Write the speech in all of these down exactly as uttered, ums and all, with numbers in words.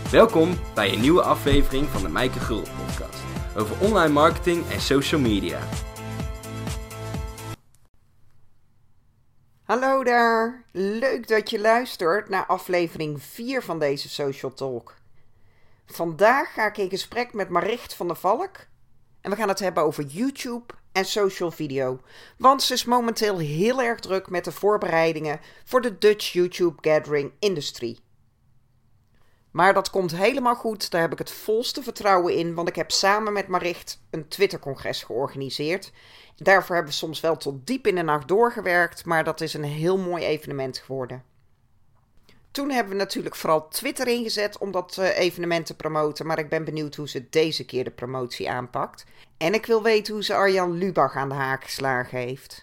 Welkom bij een nieuwe aflevering van de Mijke Gulden podcast over online marketing en social media. Hallo daar, leuk dat je luistert naar aflevering vier van deze Social Talk. Vandaag ga ik in gesprek met Maricht van der Valk en we gaan het hebben over YouTube en social video. Want ze is momenteel heel erg druk met de voorbereidingen voor de Dutch YouTube Gathering Industry. Maar dat komt helemaal goed, daar heb ik het volste vertrouwen in, want ik heb samen met Maricht een Twitter-congres georganiseerd. Daarvoor hebben we soms wel tot diep in de nacht doorgewerkt, maar dat is een heel mooi evenement geworden. Toen hebben we natuurlijk vooral Twitter ingezet om dat uh, evenement te promoten, maar ik ben benieuwd hoe ze deze keer de promotie aanpakt. En ik wil weten hoe ze Arjan Lubach aan de haak geslagen heeft.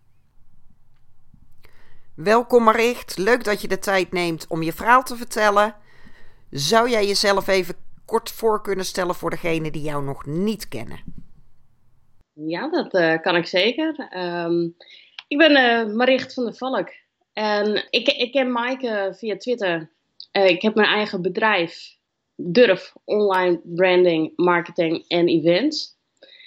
Welkom Maricht, leuk dat je de tijd neemt om je verhaal te vertellen. Zou jij jezelf even kort voor kunnen stellen voor degenen die jou nog niet kennen? Ja, dat uh, kan ik zeker. Um, ik ben uh, Maricht van der Valk. En ik, ik ken Maaike via Twitter. Uh, ik heb mijn eigen bedrijf. Durf Online Branding, Marketing en Events.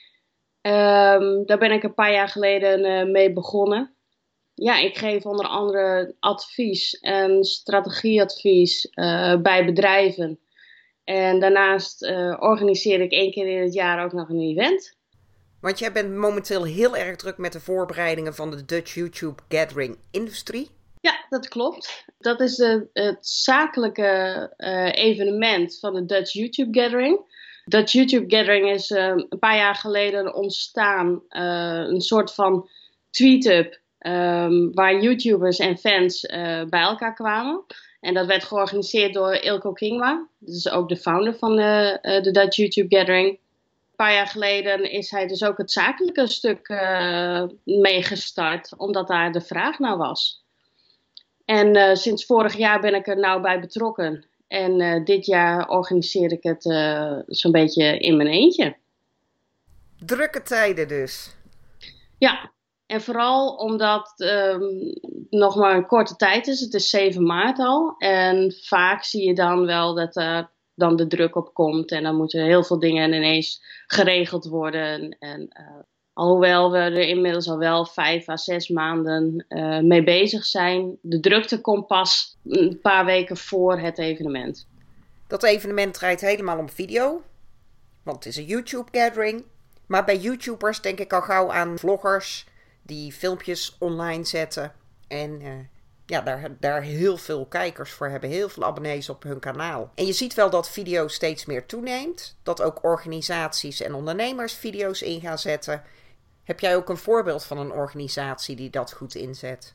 Um, daar ben ik een paar jaar geleden uh, mee begonnen. Ja, ik geef onder andere advies en strategieadvies uh, bij bedrijven. En daarnaast uh, organiseer ik één keer in het jaar ook nog een event. Want jij bent momenteel heel erg druk met de voorbereidingen van de Dutch YouTube Gathering Industry. Ja, dat klopt. Dat is de, het zakelijke uh, evenement van de Dutch YouTube Gathering. Dutch YouTube Gathering is uh, een paar jaar geleden ontstaan. Uh, een soort van tweet-up. Um, waar YouTubers en fans uh, bij elkaar kwamen. En dat werd georganiseerd door Ilko Kingma. Dat is ook de founder van de, uh, de Dutch YouTube Gathering. Een paar jaar geleden is hij dus ook het zakelijke stuk uh, meegestart. Omdat daar de vraag naar was. En uh, sinds vorig jaar ben ik er nou bij betrokken. En uh, dit jaar organiseer ik het uh, zo'n beetje in mijn eentje. Drukke tijden dus. Ja. En vooral omdat het um, nog maar een korte tijd is. Het is zeven maart al. En vaak zie je dan wel dat er dan de druk op komt. En dan moeten heel veel dingen ineens geregeld worden. En uh, alhoewel we er inmiddels al wel vijf à zes maanden uh, mee bezig zijn. De drukte komt pas een paar weken voor het evenement. Dat evenement draait helemaal om video. Want het is een YouTube gathering. Maar bij YouTubers denk ik al gauw aan vloggers die filmpjes online zetten en uh, ja, daar, daar heel veel kijkers voor hebben, heel veel abonnees op hun kanaal. En je ziet wel dat video steeds meer toeneemt, dat ook organisaties en ondernemers video's in gaan zetten. Heb jij ook een voorbeeld van een organisatie die dat goed inzet?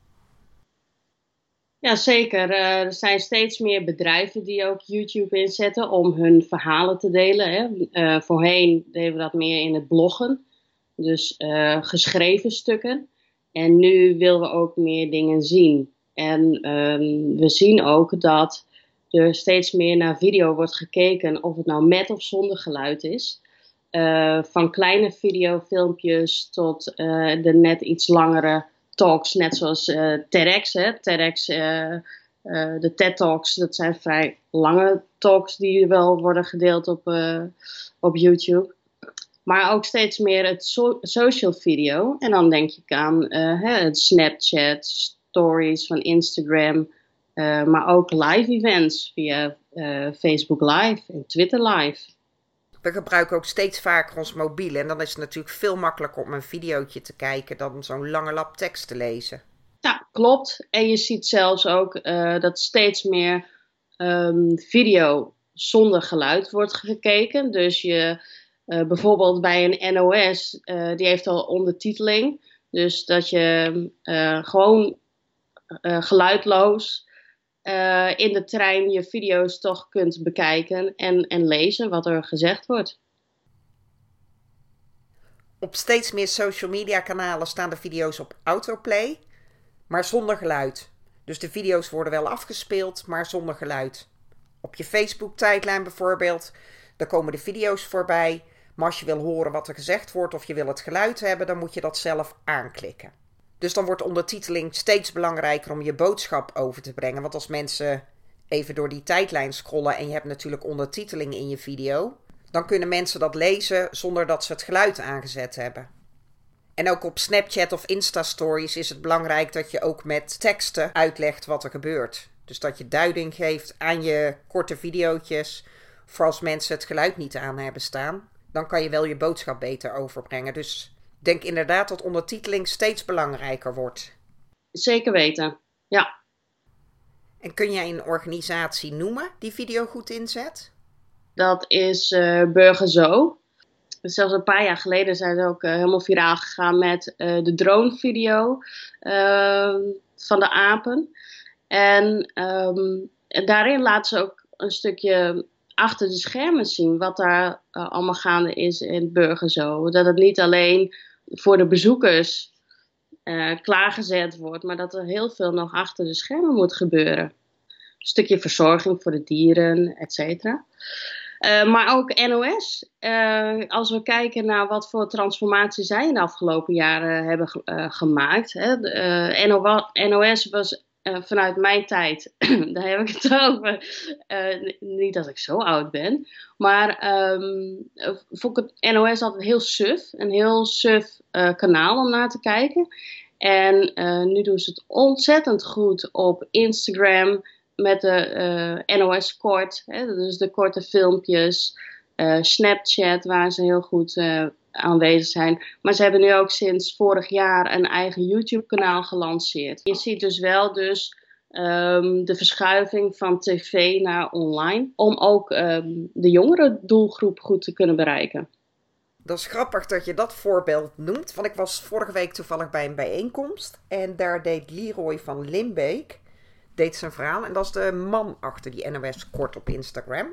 Ja, zeker. Uh, er zijn steeds meer bedrijven die ook YouTube inzetten om hun verhalen te delen. Hè. Uh, voorheen deden we dat meer in het bloggen. Dus uh, geschreven stukken. En nu willen we ook meer dingen zien. En um, we zien ook dat er steeds meer naar video wordt gekeken. Of het nou met of zonder geluid is. Uh, van kleine videofilmpjes tot uh, de net iets langere talks. Net zoals uh, TEDx. Hè. TEDx, uh, uh, de TED Talks. Dat zijn vrij lange talks die wel worden gedeeld op, uh, op YouTube. Maar ook steeds meer het so- social video. En dan denk ik aan uh, het Snapchat, stories van Instagram. Uh, maar ook live events via uh, Facebook Live en Twitter Live. We gebruiken ook steeds vaker ons mobiel. En dan is het natuurlijk veel makkelijker om een videootje te kijken dan zo'n lange lap tekst te lezen. Ja, klopt. En je ziet zelfs ook uh, dat steeds meer um, video zonder geluid wordt gekeken. Dus je... Uh, bijvoorbeeld bij een N O S, uh, die heeft al ondertiteling. Dus dat je uh, gewoon uh, geluidloos uh, in de trein je video's toch kunt bekijken en, en lezen wat er gezegd wordt. Op steeds meer social media kanalen staan de video's op autoplay, maar zonder geluid. Dus de video's worden wel afgespeeld, maar zonder geluid. Op je Facebook-tijdlijn bijvoorbeeld, daar komen de video's voorbij. Maar als je wil horen wat er gezegd wordt of je wil het geluid hebben, dan moet je dat zelf aanklikken. Dus dan wordt ondertiteling steeds belangrijker om je boodschap over te brengen. Want als mensen even door die tijdlijn scrollen en je hebt natuurlijk ondertiteling in je video, dan kunnen mensen dat lezen zonder dat ze het geluid aangezet hebben. En ook op Snapchat of Insta-stories is het belangrijk dat je ook met teksten uitlegt wat er gebeurt. Dus dat je duiding geeft aan je korte videootjes, voor als mensen het geluid niet aan hebben staan. Dan kan je wel je boodschap beter overbrengen. Dus ik denk inderdaad dat ondertiteling steeds belangrijker wordt. Zeker weten, ja. En kun jij een organisatie noemen die video goed inzet? Dat is uh, Burgerzo. Zelfs een paar jaar geleden zijn ze ook uh, helemaal viraal gegaan met uh, de dronevideo uh, van de apen. En um, daarin laten ze ook een stukje achter de schermen zien wat daar uh, allemaal gaande is in Burgerzo. Dat het niet alleen voor de bezoekers uh, klaargezet wordt, maar dat er heel veel nog achter de schermen moet gebeuren. Een stukje verzorging voor de dieren, et cetera. Uh, maar ook N O S. Uh, als we kijken naar wat voor transformatie zij in de afgelopen jaren hebben ge- uh, gemaakt. Hè. Uh, N O S was uh, vanuit mijn tijd, daar heb ik het over. Uh, niet dat ik zo oud ben. Maar um, vond ik het N O S altijd heel suf. Een heel suf uh, kanaal om naar te kijken. En uh, nu doen ze het ontzettend goed op Instagram. Met de uh, N O S kort, hè, dus de korte filmpjes, uh, Snapchat waar ze heel goed uh, aanwezig zijn. Maar ze hebben nu ook sinds vorig jaar een eigen YouTube kanaal gelanceerd. Je ziet dus wel dus, um, de verschuiving van tv naar online. Om ook um, de jongere doelgroep goed te kunnen bereiken. Dat is grappig dat je dat voorbeeld noemt. Want ik was vorige week toevallig bij een bijeenkomst. En daar deed Leroy van Limbeek deed zijn verhaal. En dat is de man achter die N O S kort op Instagram.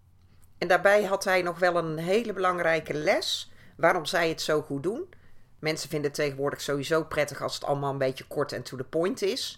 En daarbij had hij nog wel een hele belangrijke les. Waarom zij het zo goed doen. Mensen vinden het tegenwoordig sowieso prettig als het allemaal een beetje kort en to the point is.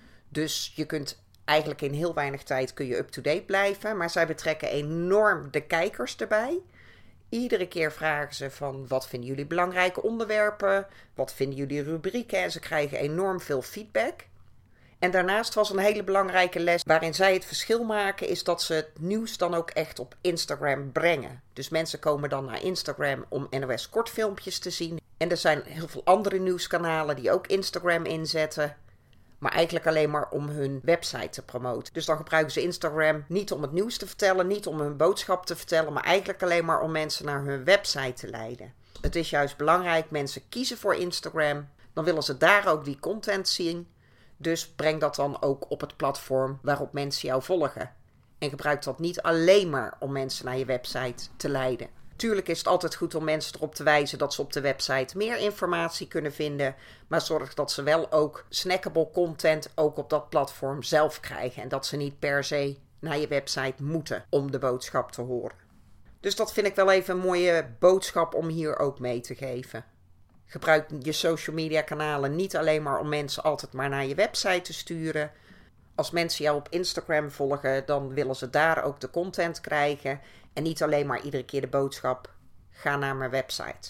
Dus je kunt eigenlijk in heel weinig tijd kun je up-to-date blijven. Maar zij betrekken enorm de kijkers erbij. Iedere keer vragen ze van wat vinden jullie belangrijke onderwerpen? Wat vinden jullie rubrieken? En ze krijgen enorm veel feedback. En daarnaast was een hele belangrijke les waarin zij het verschil maken, is dat ze het nieuws dan ook echt op Instagram brengen. Dus mensen komen dan naar Instagram om N O S kortfilmpjes te zien. En er zijn heel veel andere nieuwskanalen die ook Instagram inzetten, maar eigenlijk alleen maar om hun website te promoten. Dus dan gebruiken ze Instagram niet om het nieuws te vertellen, niet om hun boodschap te vertellen, maar eigenlijk alleen maar om mensen naar hun website te leiden. Het is juist belangrijk, mensen kiezen voor Instagram, dan willen ze daar ook die content zien. Dus breng dat dan ook op het platform waarop mensen jou volgen. En gebruik dat niet alleen maar om mensen naar je website te leiden. Tuurlijk is het altijd goed om mensen erop te wijzen dat ze op de website meer informatie kunnen vinden. Maar zorg dat ze wel ook snackable content ook op dat platform zelf krijgen. En dat ze niet per se naar je website moeten om de boodschap te horen. Dus dat vind ik wel even een mooie boodschap om hier ook mee te geven. Gebruik je social media kanalen niet alleen maar om mensen altijd maar naar je website te sturen. Als mensen jou op Instagram volgen, dan willen ze daar ook de content krijgen. En niet alleen maar iedere keer de boodschap, ga naar mijn website.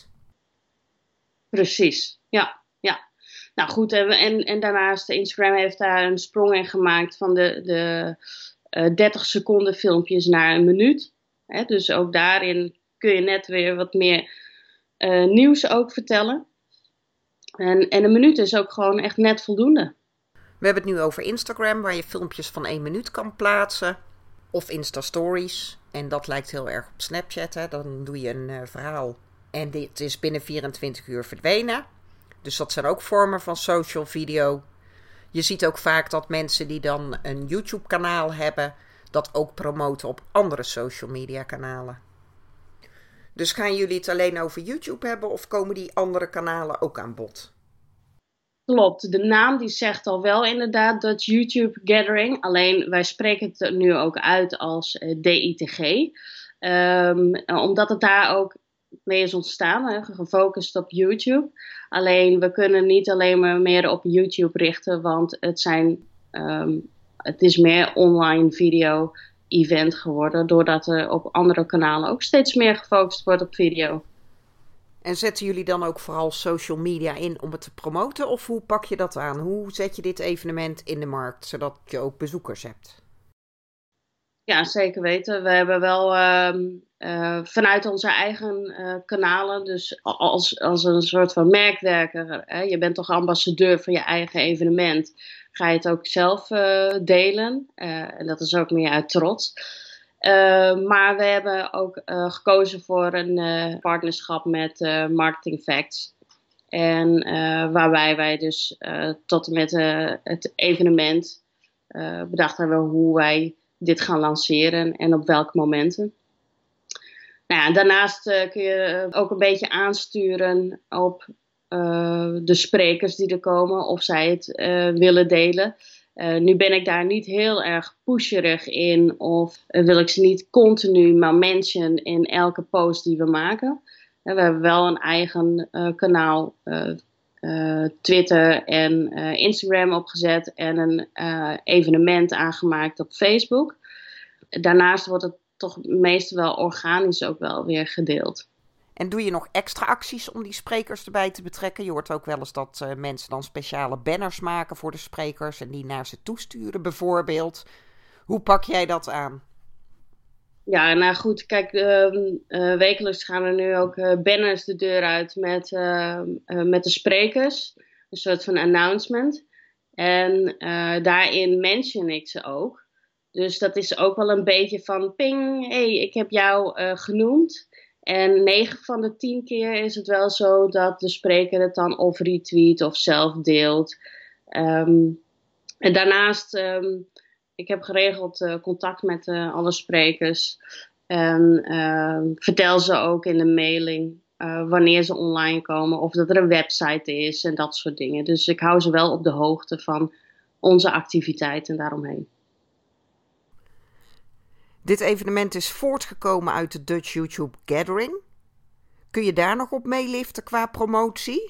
Precies, ja. ja. Nou goed, en, en daarnaast, Instagram heeft daar een sprong in gemaakt van de, de uh, dertig seconden filmpjes naar een minuut. Hè, dus ook daarin kun je net weer wat meer Uh, nieuws ook vertellen. En, en een minuut is ook gewoon echt net voldoende. We hebben het nu over Instagram, waar je filmpjes van één minuut kan plaatsen. Of Insta-stories. En dat lijkt heel erg op Snapchat. Hè? Dan doe je een uh, verhaal. En dit is binnen vierentwintig uur verdwenen. Dus dat zijn ook vormen van social video. Je ziet ook vaak dat mensen die dan een YouTube-kanaal hebben, dat ook promoten op andere social media kanalen. Dus gaan jullie het alleen over YouTube hebben of komen die andere kanalen ook aan bod? Klopt, de naam die zegt al wel inderdaad dat YouTube Gathering. Alleen wij spreken het nu ook uit als uh, D I T G. Um, omdat het daar ook mee is ontstaan, hè, gefocust op YouTube. Alleen we kunnen niet alleen maar meer op YouTube richten, want het, zijn, um, het is meer online video event geworden, doordat er op andere kanalen ook steeds meer gefocust wordt op video. En zetten jullie dan ook vooral social media in om het te promoten? Of hoe pak je dat aan? Hoe zet je dit evenement in de markt, zodat je ook bezoekers hebt? Ja, zeker weten. We hebben wel uh, uh, vanuit onze eigen uh, kanalen, dus als, als een soort van merkwerker, hè, je bent toch ambassadeur van je eigen evenement, ga je het ook zelf uh, delen. Uh, en dat is ook meer uit trots. Uh, maar we hebben ook uh, gekozen voor een uh, partnerschap met uh, Marketing Facts. En uh, waarbij wij dus uh, tot en met uh, het evenement uh, bedacht hebben hoe wij dit gaan lanceren en op welke momenten. Nou ja, daarnaast uh, kun je ook een beetje aansturen op uh, de sprekers die er komen, of zij het uh, willen delen. Uh, nu ben ik daar niet heel erg pusherig in, of uh, wil ik ze niet continu maar mention in elke post die we maken. Uh, we hebben wel een eigen uh, kanaal, uh, uh, Twitter en uh, Instagram opgezet en een uh, evenement aangemaakt op Facebook. Daarnaast wordt het toch meestal wel organisch ook wel weer gedeeld. En doe je nog extra acties om die sprekers erbij te betrekken? Je hoort ook wel eens dat uh, mensen dan speciale banners maken voor de sprekers en die naar ze toesturen bijvoorbeeld. Hoe pak jij dat aan? Ja, nou goed, kijk, uh, uh, wekelijks gaan er nu ook uh, banners de deur uit met, uh, uh, met de sprekers. Een soort van announcement. En uh, daarin mention ik ze ook. Dus dat is ook wel een beetje van ping, hé, hey, ik heb jou uh, genoemd. En negen van de tien keer is het wel zo dat de spreker het dan of retweet of zelf deelt. Um, en daarnaast, um, ik heb geregeld uh, contact met uh, alle sprekers. En uh, vertel ze ook in de mailing uh, wanneer ze online komen. Of dat er een website is en dat soort dingen. Dus ik hou ze wel op de hoogte van onze activiteiten daaromheen. Dit evenement is voortgekomen uit de Dutch YouTube Gathering. Kun je daar nog op meeliften qua promotie?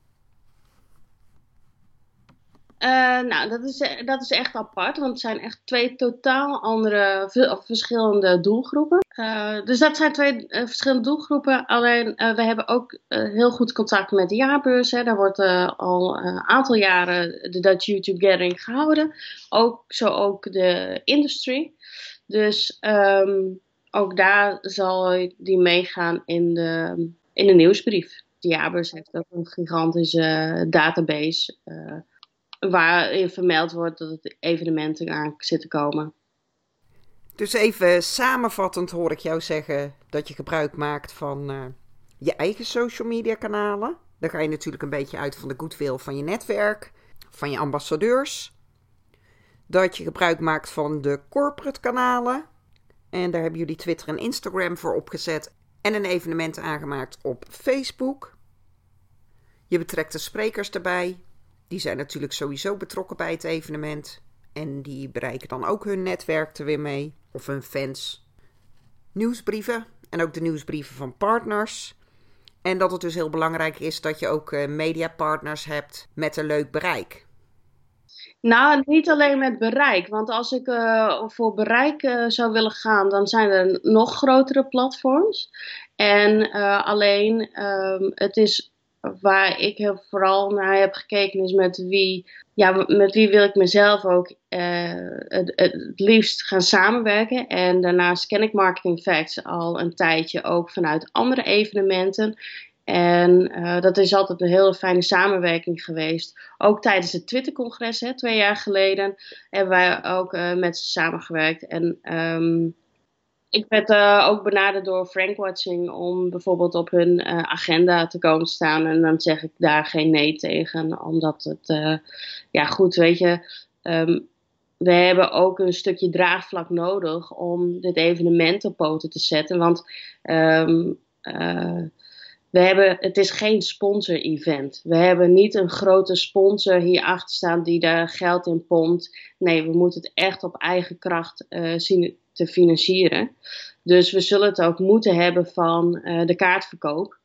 Uh, nou, dat is, dat is echt apart, want het zijn echt twee totaal andere, v- verschillende doelgroepen. Uh, dus dat zijn twee uh, verschillende doelgroepen. Alleen, uh, we hebben ook uh, heel goed contact met de jaarbeurs. Hè. Daar wordt uh, al een uh, aantal jaren de Dutch YouTube Gathering gehouden. Ook, zo ook de industry. Dus um, ook daar zal die meegaan in de, in de nieuwsbrief. De jaarbeurs heeft ook een gigantische database uh, waarin vermeld wordt dat het evenementen aan zitten komen. Dus even samenvattend hoor ik jou zeggen dat je gebruik maakt van uh, je eigen social media kanalen. Dan ga je natuurlijk een beetje uit van de goodwill van je netwerk, van je ambassadeurs. Dat je gebruik maakt van de corporate kanalen. En daar hebben jullie Twitter en Instagram voor opgezet. En een evenement aangemaakt op Facebook. Je betrekt de sprekers erbij. Die zijn natuurlijk sowieso betrokken bij het evenement. En die bereiken dan ook hun netwerk er weer mee. Of hun fans. Nieuwsbrieven. En ook de nieuwsbrieven van partners. En dat het dus heel belangrijk is dat je ook uh, mediapartners hebt met een leuk bereik. Nou, niet alleen met bereik. Want als ik uh, voor bereik uh, zou willen gaan, dan zijn er nog grotere platforms. En uh, alleen, um, het is waar ik heel vooral naar heb gekeken is met wie, ja, met wie wil ik mezelf ook uh, het, het liefst gaan samenwerken. En daarnaast ken ik Marketing Facts al een tijdje ook vanuit andere evenementen. En uh, dat is altijd een hele fijne samenwerking geweest. Ook tijdens het Twitter-congres, hè, twee jaar geleden, hebben wij ook uh, met ze samengewerkt. En um, ik werd uh, ook benaderd door Frankwatching om bijvoorbeeld op hun uh, agenda te komen staan. En dan zeg ik daar geen nee tegen, omdat het, uh, ja goed, weet je, um, we hebben ook een stukje draagvlak nodig om dit evenement op poten te zetten. Want um, uh, we hebben, het is geen sponsor-event. We hebben niet een grote sponsor hierachter staan die daar geld in pompt. Nee, we moeten het echt op eigen kracht uh, zien te financieren. Dus we zullen het ook moeten hebben van uh, de kaartverkoop.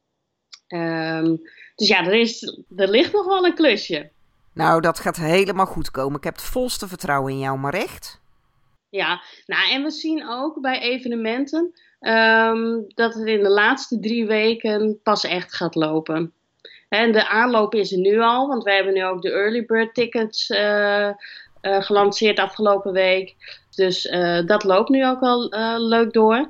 Um, dus ja, er, is, er ligt nog wel een klusje. Nou, dat gaat helemaal goed komen. Ik heb het volste vertrouwen in jou, Marecht. Ja, nou en we zien ook bij evenementen um, dat het in de laatste drie weken pas echt gaat lopen. En de aanloop is er nu al, want we hebben nu ook de early bird tickets uh, uh, gelanceerd afgelopen week. Dus uh, dat loopt nu ook al uh, leuk door.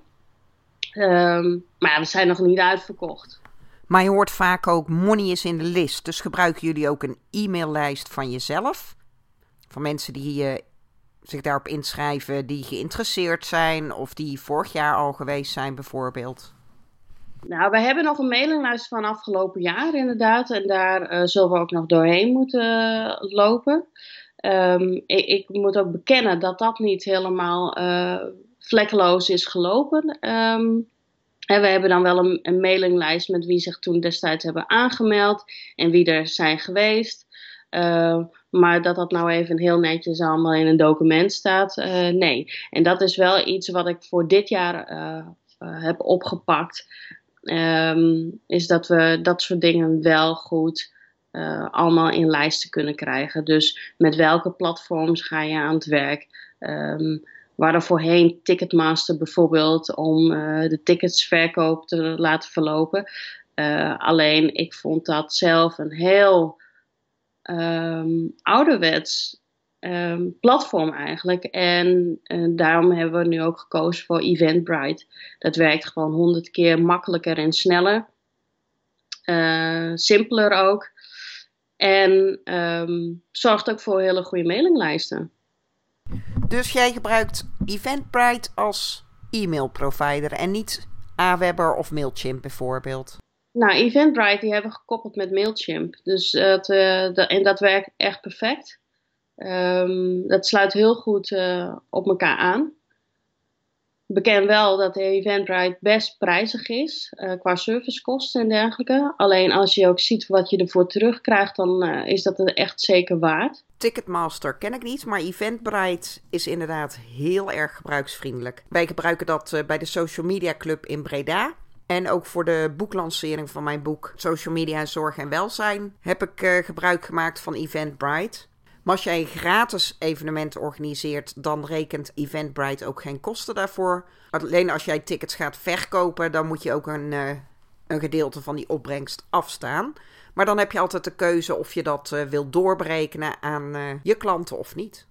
Um, maar ja, we zijn nog niet uitverkocht. Maar je hoort vaak ook money is in de list. Dus gebruiken jullie ook een e-maillijst van jezelf? Van mensen die uh, zich daarop inschrijven, die geïnteresseerd zijn of die vorig jaar al geweest zijn bijvoorbeeld? Nou, we hebben nog een mailinglijst van afgelopen jaar inderdaad. En daar uh, zullen we ook nog doorheen moeten uh, lopen. Um, ik, ik moet ook bekennen dat dat niet helemaal uh, vlekkeloos is gelopen. Um, en we hebben dan wel een, een mailinglijst met wie zich toen destijds hebben aangemeld. En wie er zijn geweest. Uh, maar dat dat nou even heel netjes allemaal in een document staat, uh, nee. En dat is wel iets wat ik voor dit jaar uh, uh, heb opgepakt. Um, is dat we dat soort dingen wel goed uh, allemaal in lijsten kunnen krijgen. Dus met welke platforms ga je aan het werk? Um, waar er voorheen Ticketmaster bijvoorbeeld om uh, de ticketsverkoop te laten verlopen. Uh, alleen ik vond dat zelf een heel um, ouderwets um, platform eigenlijk. En uh, daarom hebben we nu ook gekozen voor Eventbrite. Dat werkt gewoon honderd keer makkelijker en sneller. Uh, simpeler ook. En um, zorgt ook voor hele goede mailinglijsten. Dus jij gebruikt Eventbrite als e-mailprovider en niet Aweber of Mailchimp bijvoorbeeld? Nou, Eventbrite die hebben we gekoppeld met Mailchimp. Dus uh, het, uh, de, en dat werkt echt perfect. Um, dat sluit heel goed uh, op elkaar aan. Beken wel dat de Eventbrite best prijzig is, uh, qua servicekosten en dergelijke. Alleen als je ook ziet wat je ervoor terugkrijgt, dan uh, is dat het echt zeker waard. Ticketmaster ken ik niet, maar Eventbrite is inderdaad heel erg gebruiksvriendelijk. Wij gebruiken dat uh, bij de Social Media Club in Breda. En ook voor de boeklancering van mijn boek Social Media en Zorg en Welzijn heb ik uh, gebruik gemaakt van Eventbrite. Maar als jij een gratis evenement organiseert, dan rekent Eventbrite ook geen kosten daarvoor. Alleen als jij tickets gaat verkopen, dan moet je ook een, uh, een gedeelte van die opbrengst afstaan. Maar dan heb je altijd de keuze of je dat uh, wil doorberekenen aan uh, je klanten of niet.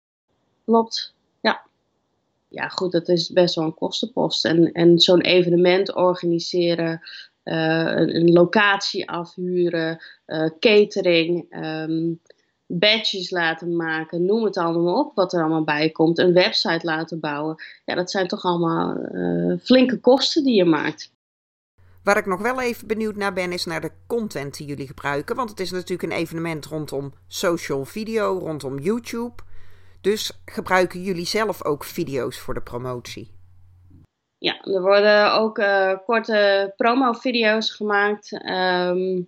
Klopt, ja. Ja goed, dat is best wel een kostenpost. En, en zo'n evenement organiseren, uh, een, een locatie afhuren, uh, catering, um, badges laten maken, noem het allemaal op wat er allemaal bij komt. Een website laten bouwen. Ja, dat zijn toch allemaal uh, flinke kosten die je maakt. Waar ik nog wel even benieuwd naar ben, is naar de content die jullie gebruiken. Want het is natuurlijk een evenement rondom social video, rondom YouTube. Dus gebruiken jullie zelf ook video's voor de promotie? Ja, er worden ook uh, korte promo-video's gemaakt. Um,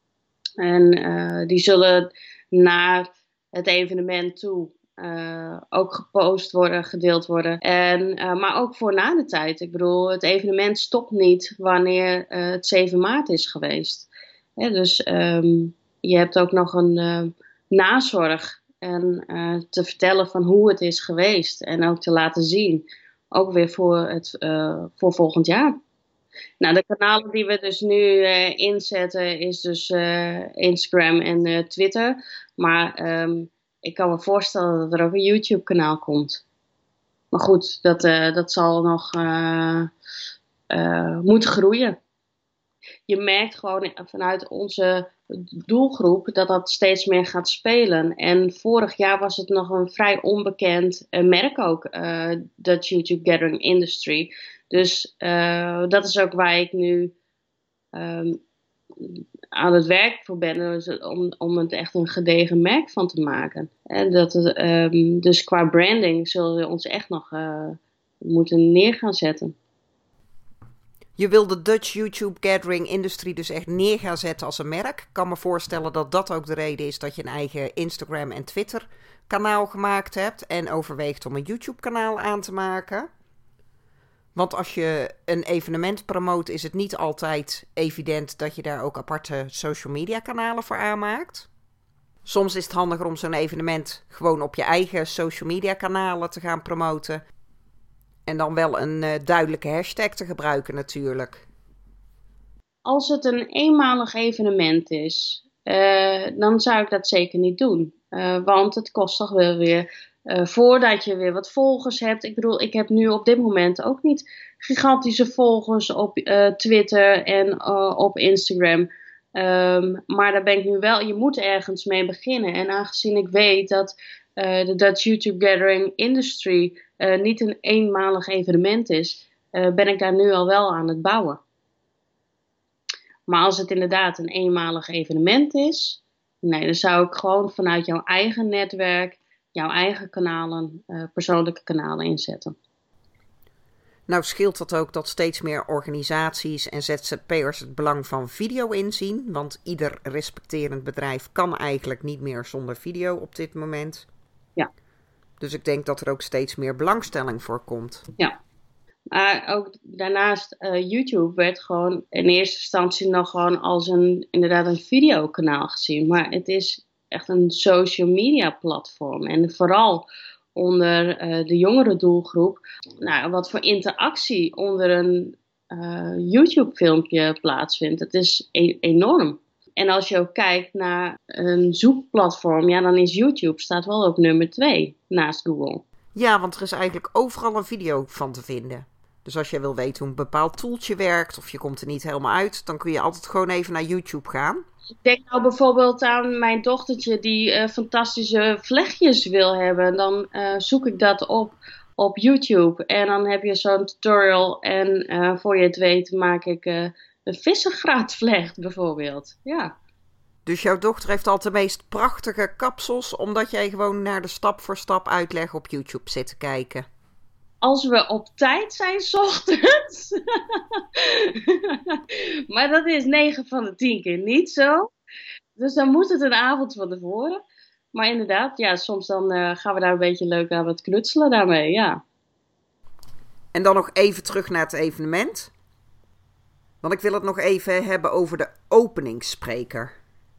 en uh, die zullen naar het evenement toe uh, ook gepost worden, gedeeld worden. En, uh, maar ook voor na de tijd. Ik bedoel, het evenement stopt niet wanneer uh, het zeven maart is geweest. Ja, dus um, je hebt ook nog een uh, nazorg. En uh, te vertellen van hoe het is geweest. En ook te laten zien. Ook weer voor, het, uh, voor volgend jaar. Nou, de kanalen die we dus nu uh, inzetten is dus uh, Instagram en uh, Twitter. Maar um, ik kan me voorstellen dat er ook een YouTube kanaal komt. Maar goed, dat, uh, dat zal nog uh, uh, moeten groeien. Je merkt gewoon vanuit onze doelgroep dat dat steeds meer gaat spelen. En vorig jaar was het nog een vrij onbekend uh, merk ook, uh, dat YouTube Gathering Industry. Dus uh, dat is ook waar ik nu um, aan het werk voor ben, dus om, om het echt een gedegen merk van te maken. En dat het, um, dus qua branding zullen we ons echt nog uh, moeten neer gaan zetten. Je wil de Dutch YouTube Gathering Industry dus echt neer gaan zetten als een merk. Ik kan me voorstellen dat dat ook de reden is dat je een eigen Instagram en Twitter kanaal gemaakt hebt. En overweegt om een YouTube kanaal aan te maken. Want als je een evenement promoot, is het niet altijd evident dat je daar ook aparte social media kanalen voor aanmaakt. Soms is het handiger om zo'n evenement gewoon op je eigen social media kanalen te gaan promoten. En dan wel een uh, duidelijke hashtag te gebruiken natuurlijk. Als het een eenmalig evenement is, uh, dan zou ik dat zeker niet doen. Uh, want het kost toch wel weer, uh, voordat je weer wat volgers hebt. Ik bedoel, ik heb nu op dit moment ook niet gigantische volgers op uh, Twitter en uh, op Instagram. Um, maar daar ben ik nu wel, je moet ergens mee beginnen. En aangezien ik weet dat uh, de Dutch YouTube Gathering Industry uh, niet een eenmalig evenement is, uh, ben ik daar nu al wel aan het bouwen. Maar als het inderdaad een eenmalig evenement is, nee, dan zou ik gewoon vanuit jouw eigen netwerk, jouw eigen kanalen, uh, persoonlijke kanalen inzetten. Nou scheelt dat ook dat steeds meer organisaties en Z Z P'ers het belang van video inzien. Want ieder respecterend bedrijf kan eigenlijk niet meer zonder video op dit moment. Ja. Dus ik denk dat er ook steeds meer belangstelling voor komt. Ja. Maar ook daarnaast, uh, YouTube werd gewoon in eerste instantie nog gewoon als een, inderdaad een videokanaal gezien. Maar het is echt een social media platform. En vooral onder uh, de jongere doelgroep. Nou, wat voor interactie onder een uh, YouTube filmpje plaatsvindt. Dat is e- enorm. En als je ook kijkt naar een zoekplatform, ja, dan is YouTube staat wel op nummer twee naast Google. Ja, want er is eigenlijk overal een video van te vinden. Dus als je wil weten hoe een bepaald toeltje werkt of je komt er niet helemaal uit, dan kun je altijd gewoon even naar YouTube gaan. Ik denk nou bijvoorbeeld aan mijn dochtertje die uh, fantastische vlechtjes wil hebben. Dan uh, zoek ik dat op op YouTube en dan heb je zo'n tutorial en uh, voor je het weet maak ik uh, een vissengraatvlecht bijvoorbeeld. Ja. Dus jouw dochter heeft al de meest prachtige kapsels, omdat jij gewoon naar de stap voor stap uitleg op YouTube zit te kijken. Als we op tijd zijn 's ochtends. Maar dat is negen van de tien keer niet zo. Dus dan moet het een avond van tevoren. Maar inderdaad, ja, soms dan uh, gaan we daar een beetje leuk aan het knutselen daarmee, ja. En dan nog even terug naar het evenement. Want ik wil het nog even hebben over de openingsspreker.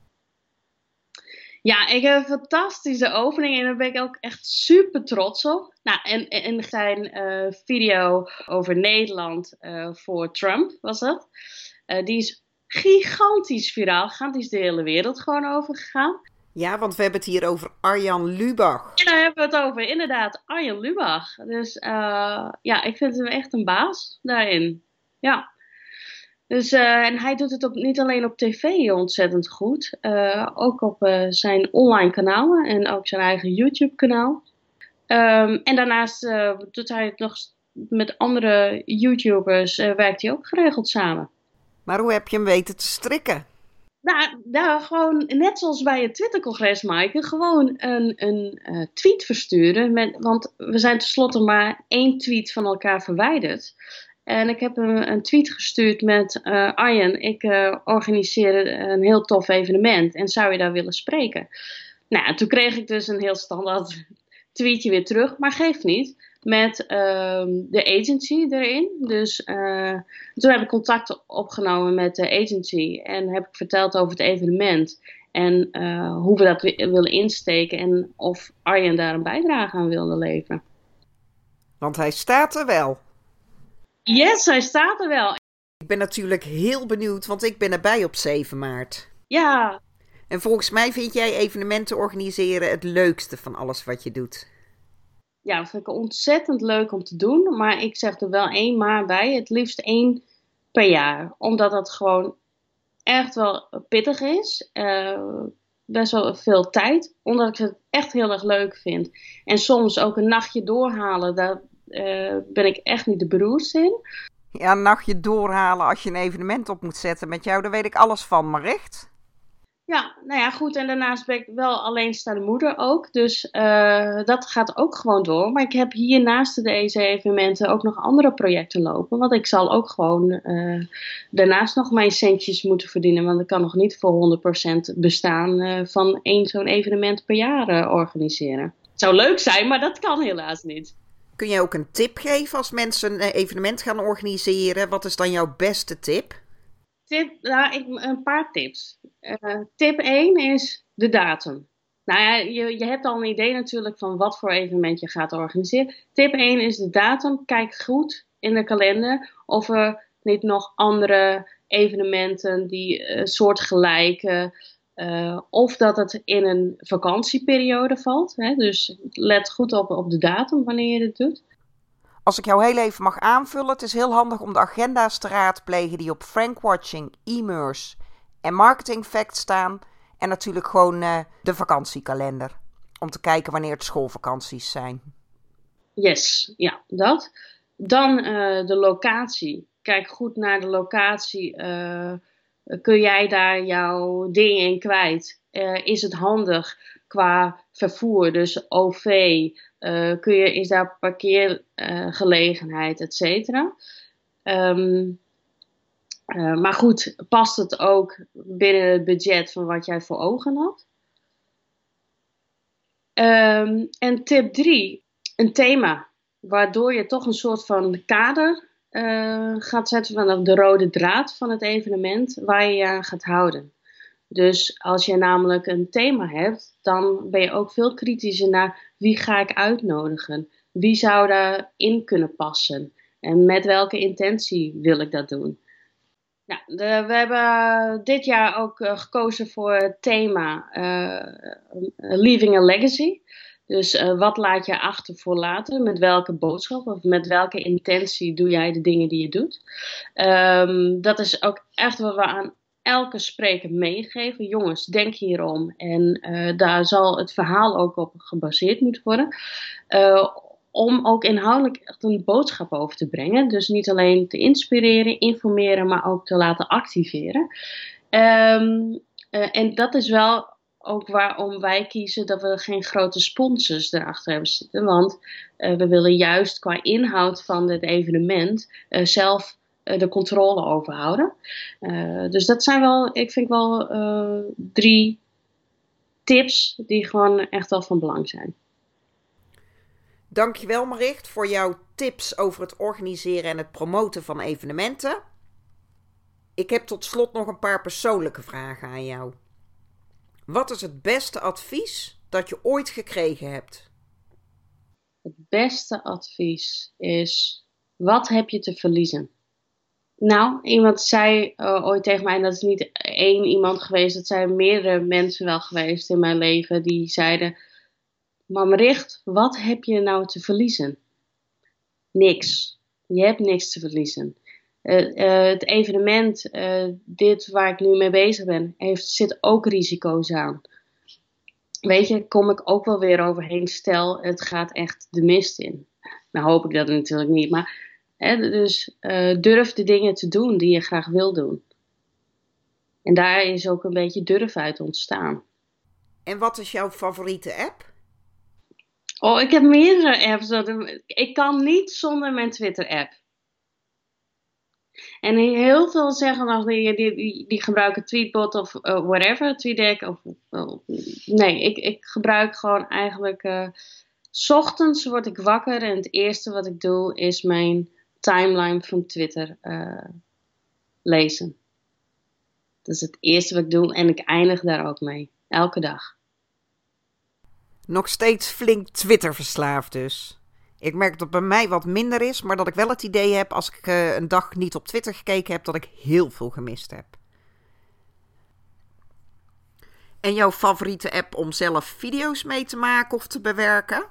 Ja, ik heb een fantastische opening en daar ben ik ook echt super trots op. Nou, en, en zijn uh, video over Nederland uh, voor Trump was dat. Uh, die is gigantisch viraal gegaan. Die is de hele wereld gewoon over gegaan. Ja, want we hebben het hier over Arjan Lubach. En daar hebben we het over, inderdaad, Arjan Lubach. Dus uh, ja, ik vind hem echt een baas daarin. Ja. Dus, uh, en hij doet het op, niet alleen op tv ontzettend goed, uh, ook op uh, zijn online kanalen en ook zijn eigen YouTube kanaal. Um, en daarnaast uh, doet hij het nog met andere YouTubers, uh, werkt hij ook geregeld samen. Maar hoe heb je hem weten te strikken? Nou, nou gewoon net zoals bij het Twittercongres, Maaike, gewoon een, een uh, tweet versturen. Met, want we zijn tenslotte maar één tweet van elkaar verwijderd. En ik heb hem een tweet gestuurd met uh, Arjen, ik uh, organiseer een heel tof evenement en zou je daar willen spreken? Nou, toen kreeg ik dus een heel standaard tweetje weer terug, maar geeft niet, met uh, de agency erin. Dus uh, toen heb ik contact opgenomen met de agency en heb ik verteld over het evenement en uh, hoe we dat w- willen insteken en of Arjen daar een bijdrage aan wilde leveren. Want hij staat er wel. Yes, hij staat er wel. Ik ben natuurlijk heel benieuwd, want ik ben erbij op zeven maart. Ja. En volgens mij vind jij evenementen organiseren het leukste van alles wat je doet. Ja, dat vind ik ontzettend leuk om te doen. Maar ik zeg er wel één maar bij. Het liefst één per jaar. Omdat dat gewoon echt wel pittig is. Uh, best wel veel tijd. Omdat ik het echt heel erg leuk vind. En soms ook een nachtje doorhalen. Daar uh, ben ik echt niet de beroerdste in. Ja, een nachtje doorhalen als je een evenement op moet zetten met jou. Daar weet ik alles van, maar echt? Ja, nou ja, goed. En daarnaast ben ik wel alleenstaande moeder ook. Dus uh, dat gaat ook gewoon door. Maar ik heb hier naast deze evenementen ook nog andere projecten lopen. Want ik zal ook gewoon uh, daarnaast nog mijn centjes moeten verdienen. Want ik kan nog niet voor honderd procent bestaan uh, van één zo'n evenement per jaar uh, organiseren. Het zou leuk zijn, maar dat kan helaas niet. Kun je ook een tip geven als mensen een evenement gaan organiseren? Wat is dan jouw beste tip? Tip, nou, ik, een paar tips. Uh, tip één is de datum. Nou ja, je, je hebt al een idee natuurlijk van wat voor evenement je gaat organiseren. Tip één is de datum. Kijk goed in de kalender of er niet nog andere evenementen die uh, soortgelijke Uh, of dat het in een vakantieperiode valt. Hè? Dus let goed op, op de datum wanneer je dit doet. Als ik jou heel even mag aanvullen, het is heel handig om de agenda's te raadplegen die op Frankwatching, Emerse en Marketing Facts staan. En natuurlijk gewoon uh, de vakantiekalender. Om te kijken wanneer het schoolvakanties zijn. Yes, ja, dat. Dan uh, de locatie. Kijk goed naar de locatie. Uh, kun jij daar jouw dingen in kwijt? Uh, is het handig qua vervoer? Dus O V. Uh, kun je, is daar parkeergelegenheid, uh, et cetera? Um, uh, maar goed, past het ook binnen het budget van wat jij voor ogen had? Um, en tip drie, een thema. Waardoor je toch een soort van kader uh, gaat zetten van de rode draad van het evenement waar je je aan gaat houden. Dus als je namelijk een thema hebt, dan ben je ook veel kritischer naar wie ga ik uitnodigen? Wie zou daarin kunnen passen? En met welke intentie wil ik dat doen? Nou, de, we hebben dit jaar ook uh, gekozen voor het thema uh, Leaving a Legacy. Dus uh, wat laat je achter voor later? Met welke boodschap of met welke intentie doe jij de dingen die je doet? Um, dat is ook echt wat we aan elke spreker meegeven. Jongens, denk hierom. En uh, daar zal het verhaal ook op gebaseerd moeten worden. Uh, om ook inhoudelijk echt een boodschap over te brengen. Dus niet alleen te inspireren, informeren, maar ook te laten activeren. Um, uh, en dat is wel ook waarom wij kiezen dat we geen grote sponsors erachter hebben zitten. Want uh, we willen juist qua inhoud van dit evenement uh, zelf uh, de controle over houden. Uh, dus dat zijn wel, ik vind wel uh, drie tips die gewoon echt wel van belang zijn. Dankjewel Maricht voor jouw tips over het organiseren en het promoten van evenementen. Ik heb tot slot nog een paar persoonlijke vragen aan jou. Wat is het beste advies dat je ooit gekregen hebt? Het beste advies is, wat heb je te verliezen? Nou, iemand zei uh, ooit tegen mij, en dat is niet één iemand geweest, dat zijn meerdere mensen wel geweest in mijn leven, die zeiden, maar Maricht, wat heb je nou te verliezen? Niks. Je hebt niks te verliezen. Uh, uh, het evenement, uh, dit waar ik nu mee bezig ben, heeft, zit ook risico's aan. Weet je, kom ik ook wel weer overheen. Stel, het gaat echt de mist in. Nou hoop ik dat natuurlijk niet. Maar hè, dus uh, durf de dingen te doen die je graag wil doen. En daar is ook een beetje durf uit ontstaan. En wat is jouw favoriete app? Oh, ik heb meerdere apps. Ik kan niet zonder mijn Twitter-app. En heel veel zeggen nog, die, die, die, die gebruiken Tweetbot of uh, whatever, TweetDeck. Of, uh, nee, ik, ik gebruik gewoon eigenlijk, uh, 's ochtends word ik wakker en het eerste wat ik doe is mijn timeline van Twitter uh, lezen. Dat is het eerste wat ik doe en ik eindig daar ook mee, elke dag. Nog steeds flink Twitter verslaafd dus. Ik merk dat het bij mij wat minder is, maar dat ik wel het idee heb als ik uh, een dag niet op Twitter gekeken heb, dat ik heel veel gemist heb. En jouw favoriete app om zelf video's mee te maken of te bewerken?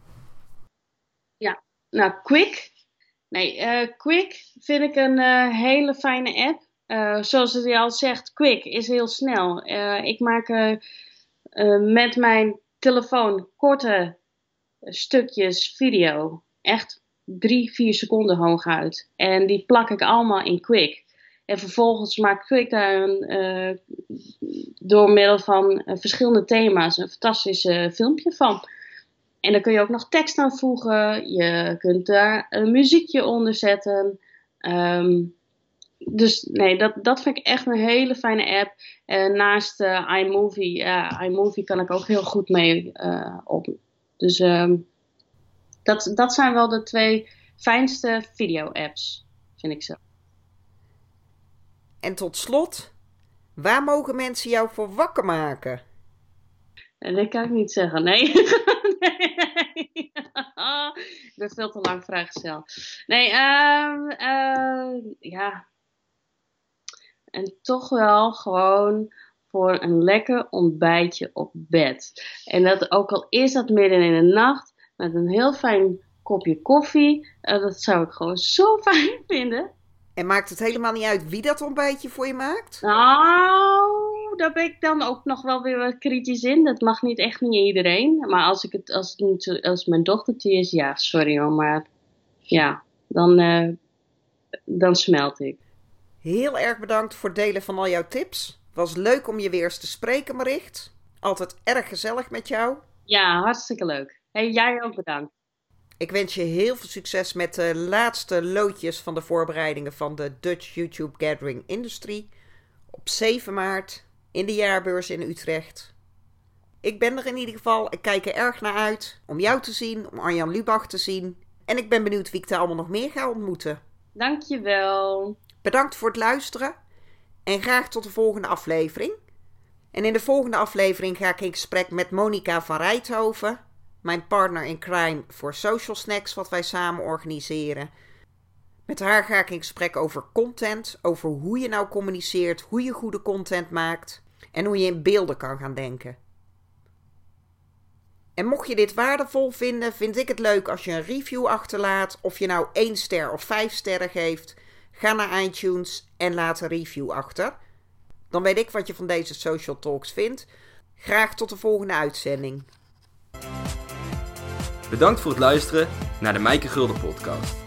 Ja, nou Kwik. Nee, uh, Kwik vind ik een uh, hele fijne app. Uh, zoals het al zegt, Kwik is heel snel. Uh, ik maak uh, uh, met mijn telefoon korte stukjes video. Echt drie, vier seconden hooguit. En die plak ik allemaal in Kwik. En vervolgens maakt Kwik daar een, uh, door middel van uh, verschillende thema's een fantastisch uh, filmpje van. En dan kun je ook nog tekst aan voegen. Je kunt daar een muziekje onder zetten. Um, dus nee, dat, dat vind ik echt een hele fijne app. Uh, naast uh, iMovie. Ja, iMovie kan ik ook heel goed mee uh, op. Dus um, dat, dat zijn wel de twee fijnste video-apps, vind ik zo. En tot slot, waar mogen mensen jou voor wakker maken? En dat kan ik niet zeggen, nee. nee. Ik ben veel te lang vrijgezel. Nee, um, uh, ja. En toch wel gewoon voor een lekker ontbijtje op bed. En dat ook al is dat midden in de nacht met een heel fijn kopje koffie. Uh, dat zou ik gewoon zo fijn vinden. En maakt het helemaal niet uit wie dat ontbijtje voor je maakt? Nou, daar ben ik dan ook nog wel weer wat kritisch in. Dat mag niet echt niet iedereen. Maar als, ik het, als, het, als mijn dochtertje is, ja, sorry hoor, maar ja, dan, uh, dan smelt ik. Heel erg bedankt voor het delen van al jouw tips. Het was leuk om je weer eens te spreken, Maricht. Altijd erg gezellig met jou. Ja, hartstikke leuk. Hey, jij ook bedankt. Ik wens je heel veel succes met de laatste loodjes van de voorbereidingen van de Dutch YouTube Gathering Industry op zeven maart in de jaarbeurs in Utrecht. Ik ben er in ieder geval. Ik kijk er erg naar uit om jou te zien, om Arjan Lubach te zien. En ik ben benieuwd wie ik daar allemaal nog meer ga ontmoeten. Dankjewel. Bedankt voor het luisteren en graag tot de volgende aflevering. En in de volgende aflevering ga ik in gesprek met Monica van Rijthoven, mijn partner in crime voor Social Snacks, wat wij samen organiseren. Met haar ga ik in gesprek over content, over hoe je nou communiceert, hoe je goede content maakt en hoe je in beelden kan gaan denken. En mocht je dit waardevol vinden, vind ik het leuk als je een review achterlaat, of je nou één ster of vijf sterren geeft. Ga naar iTunes en laat een review achter. Dan weet ik wat je van deze Social Talks vindt. Graag tot de volgende uitzending. Bedankt voor het luisteren naar de Mijke Gulden podcast.